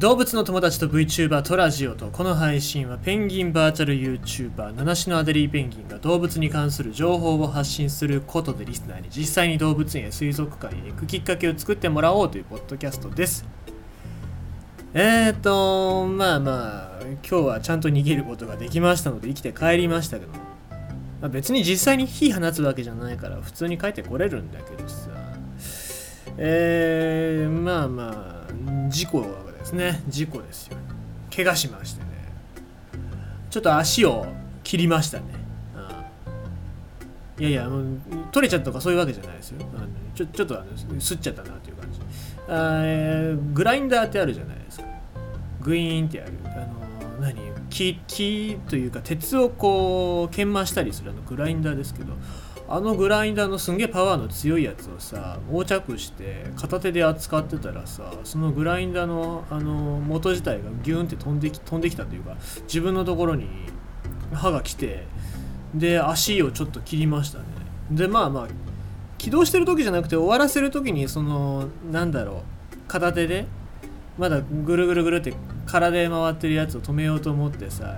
動物の友達と VTuber とラジオと、この配信はペンギンバーチャル YouTuber 七種のアデリーペンギンが動物に関する情報を発信することでリスナーに実際に動物園や水族館へ行くきっかけを作ってもらおうというポッドキャストです。今日はちゃんと逃げることができましたので生きて帰りましたけど、別に実際に火放つわけじゃないから普通に帰ってこれるんだけどさ、事故ですね。事故ですよ。怪我しましてね、ちょっと足を切りましたね。いやいや、取れちゃったとかそういうわけじゃないですよ。ちょっとすっちゃったなという感じ。グラインダーってあるじゃないですか。グイーンってある木というか鉄をこう研磨したりするグラインダーですけど、グラインダーのすんげえパワーの強いやつをさ横着して片手で扱ってたらさ、そのグラインダーの元自体がギューンって飛んできたというか、自分のところに刃が来て、で足をちょっと切りましたね。で起動してる時じゃなくて終わらせる時に片手でまだぐるぐるって体で回ってるやつを止めようと思ってさ、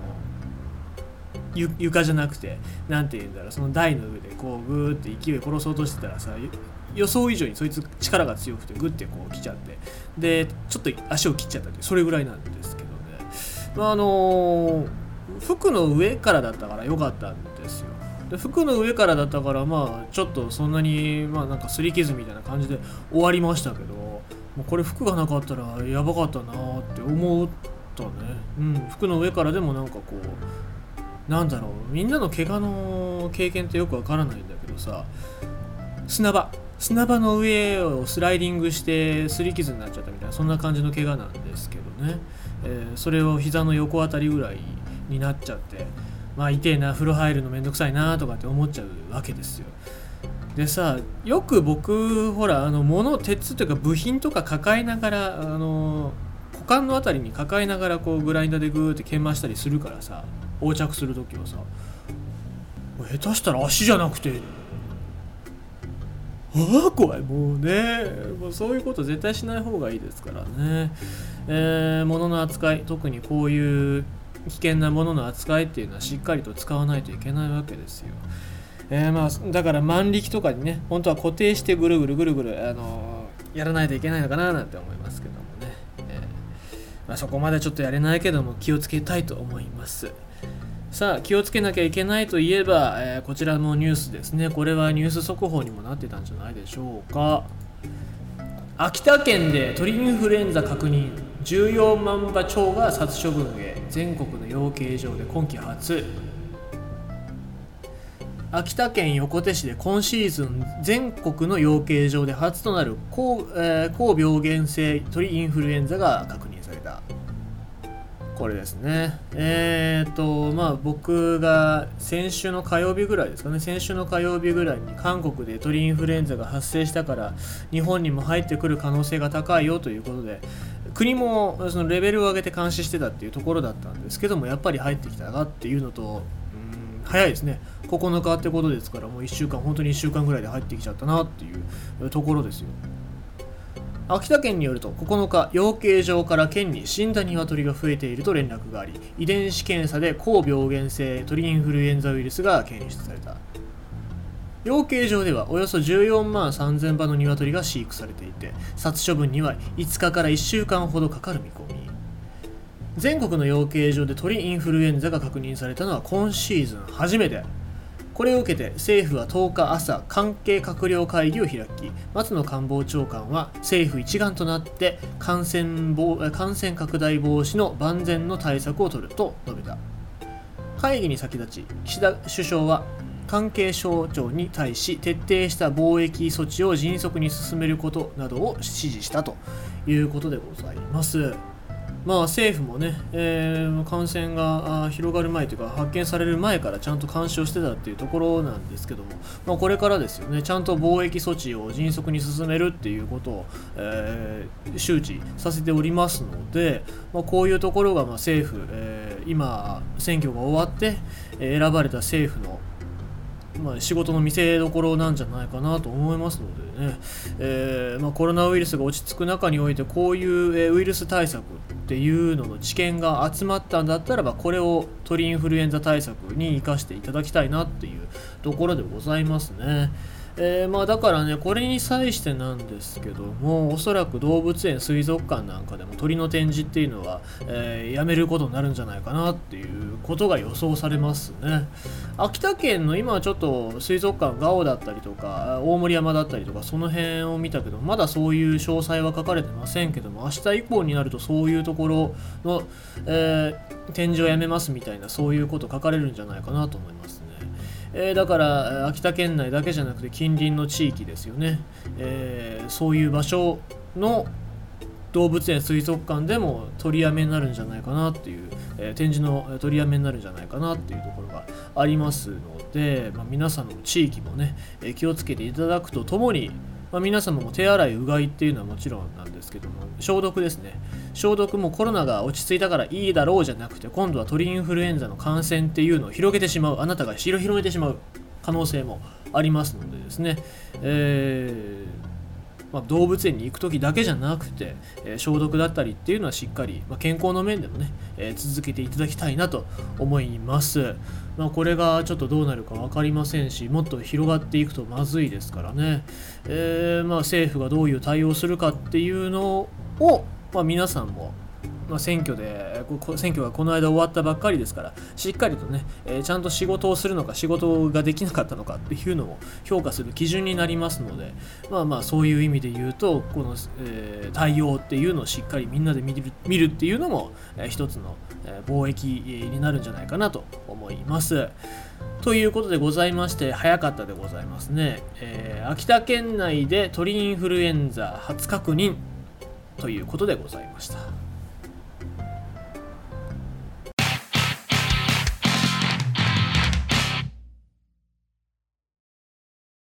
床じゃなくてその台の上でこうグーって勢い殺そうとしてたらさ、予想以上にそいつ力が強くてグッてこう来ちゃって、でちょっと足を切っちゃったって、それぐらいなんですけどね。服の上からだったから良かったんですよ。で服の上からだったからちょっとそんなに擦り傷みたいな感じで終わりましたけど、もうこれ服がなかったらやばかったなって思ったね。服の上からでもみんなの怪我の経験ってよくわからないんだけどさ、砂場の上をスライディングして擦り傷になっちゃったみたいな、そんな感じの怪我なんですけどね。それを膝の横あたりぐらいになっちゃって、痛えな、風呂入るのめんどくさいなとかって思っちゃうわけですよ。でさ、よく僕鉄というか部品とか抱えながら股間のあたりに抱えながらこうグラインダーでグーって研磨したりするからさ、横着するときはさ、下手したら足じゃなくて怖い。もうそういうこと絶対しない方がいいですからね。物の扱い、特にこういう危険なものの扱いっていうのはしっかりと使わないといけないわけですよ。だから万力とかにね、本当は固定してぐるぐるやらないといけないのかななんて思いますけどもね。そこまでちょっとやれないけども気をつけたいと思います。さあ、気をつけなきゃいけないといえば、こちらもニュースですね。これはニュース速報にもなってたんじゃないでしょうか。秋田県で鳥インフルエンザ確認、14万羽鳥が殺処分へ、全国の養鶏場で今季初。秋田県横手市で今シーズン全国の養鶏場で初となる高病原性鳥インフルエンザが確認された。これですね。僕が先週の火曜日ぐらいに韓国で鳥インフルエンザが発生したから日本にも入ってくる可能性が高いよということで、国もそのレベルを上げて監視してたっていうところだったんですけども、やっぱり入ってきたなっていうのと、早いですね。9日ってことですから、もう本当に1週間ぐらいで入ってきちゃったなっていうところですよ。秋田県によると9日、養鶏場から県に死んだ鶏が増えていると連絡があり、遺伝子検査で高病原性鳥インフルエンザウイルスが検出された。養鶏場ではおよそ14万3000羽の鶏が飼育されていて、殺処分には5日から1週間ほどかかる見込み。全国の養鶏場で鳥インフルエンザが確認されたのは今シーズン初めて。これを受けて政府は10日朝、関係閣僚会議を開き、松野官房長官は政府一丸となって感染拡大防止の万全の対策を取ると述べた。会議に先立ち、岸田首相は関係省庁に対し徹底した防疫措置を迅速に進めることなどを指示したということでございます。政府もね、感染が広がる前というか発見される前からちゃんと監視をしてたっていうところなんですけども、これからですよね。ちゃんと防疫措置を迅速に進めるっていうことを、周知させておりますので、こういうところが政府、今選挙が終わって選ばれた政府の仕事の見せどころなんじゃないかなと思いますのでね、コロナウイルスが落ち着く中においてこういう、ウイルス対策っていうのの知見が集まったんだったらば、これを鳥インフルエンザ対策に生かしていただきたいなっていうところでございますね。だからね、これに際してなんですけども、おそらく動物園、水族館なんかでも鳥の展示っていうのは、やめることになるんじゃないかなっていうことが予想されますね。秋田県の今はちょっと水族館ガオだったりとか大森山だったりとかその辺を見たけど、まだそういう詳細は書かれてませんけども、明日以降になるとそういうところの、展示をやめますみたいな、そういうこと書かれるんじゃないかなと思いますね。だから秋田県内だけじゃなくて近隣の地域ですよね、そういう場所の動物園水族館でも取りやめになるんじゃないかなっていう、展示の取りやめになるんじゃないかなっていうところがありますので、皆さんの地域もね、気をつけていただくとともに、皆様も手洗いうがいっていうのはもちろんなんですけども、消毒ですね。消毒もコロナが落ち着いたからいいだろうじゃなくて、今度は鳥インフルエンザの感染っていうのを広げてしまう、あなたが広めてしまう可能性もありますのでですね、動物園に行くときだけじゃなくて、消毒だったりっていうのはしっかり、健康の面でもね、続けていただきたいなと思います。これがちょっとどうなるか分かりませんし、もっと広がっていくとまずいですからね、政府がどういう対応するかっていうのを、皆さんも選挙がこの間終わったばっかりですから、しっかりとね、ちゃんと仕事をするのか仕事ができなかったのかっていうのを評価する基準になりますので、そういう意味で言うとこの、対応っていうのをしっかりみんなで見るっていうのも、一つの、貿易になるんじゃないかなと思います。ということでございまして、早かったでございますね。秋田県内で鳥インフルエンザ初確認ということでございました。